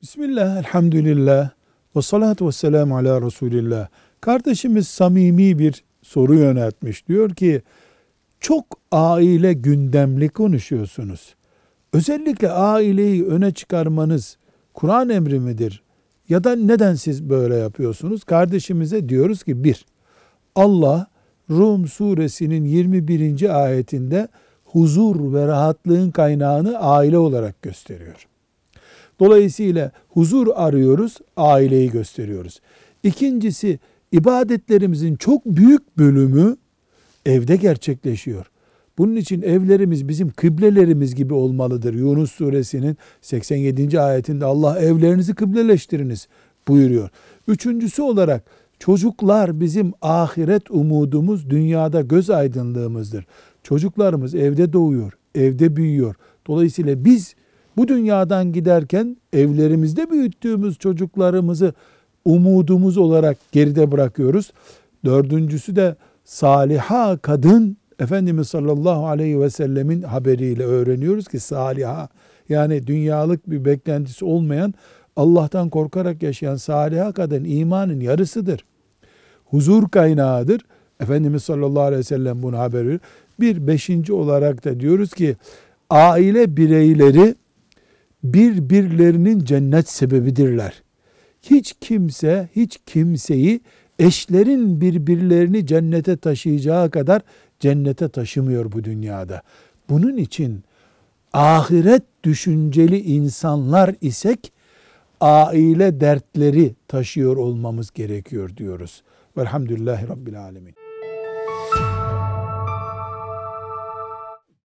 Bismillah, elhamdülillah, ve salatu ve selamu ala Resulillah. Kardeşimiz samimi bir soru yöneltmiş. Diyor ki, çok aile gündemli konuşuyorsunuz. Özellikle aileyi öne çıkarmanız Kur'an emri midir? Ya da neden siz böyle yapıyorsunuz? Kardeşimize diyoruz ki, Allah Rum suresinin 21. ayetinde huzur ve rahatlığın kaynağını aile olarak gösteriyor. Dolayısıyla huzur arıyoruz, aileyi gösteriyoruz. İkincisi, ibadetlerimizin çok büyük bölümü evde gerçekleşiyor. Bunun için evlerimiz bizim kıblelerimiz gibi olmalıdır. Yunus suresinin 87. ayetinde Allah evlerinizi kıbleleştiriniz buyuruyor. Üçüncüsü olarak çocuklar bizim ahiret umudumuz, dünyada göz aydınlığımızdır. Çocuklarımız evde doğuyor, evde büyüyor. Dolayısıyla biz bu dünyadan giderken evlerimizde büyüttüğümüz çocuklarımızı umudumuz olarak geride bırakıyoruz. Dördüncüsü de saliha kadın, Efendimiz sallallahu aleyhi ve sellemin haberiyle öğreniyoruz ki saliha, yani dünyalık bir beklentisi olmayan, Allah'tan korkarak yaşayan saliha kadın imanın yarısıdır. Huzur kaynağıdır. Efendimiz sallallahu aleyhi ve sellem bunu haber veriyor. Beşinci olarak da diyoruz ki aile bireyleri birbirlerinin cennet sebebidirler. Hiç kimse, hiç kimseyi eşlerin birbirlerini cennete taşıyacağı kadar cennete taşımıyor bu dünyada. Bunun için ahiret düşünceli insanlar isek aile dertleri taşıyor olmamız gerekiyor diyoruz. Velhamdülillahi Rabbil Alemin.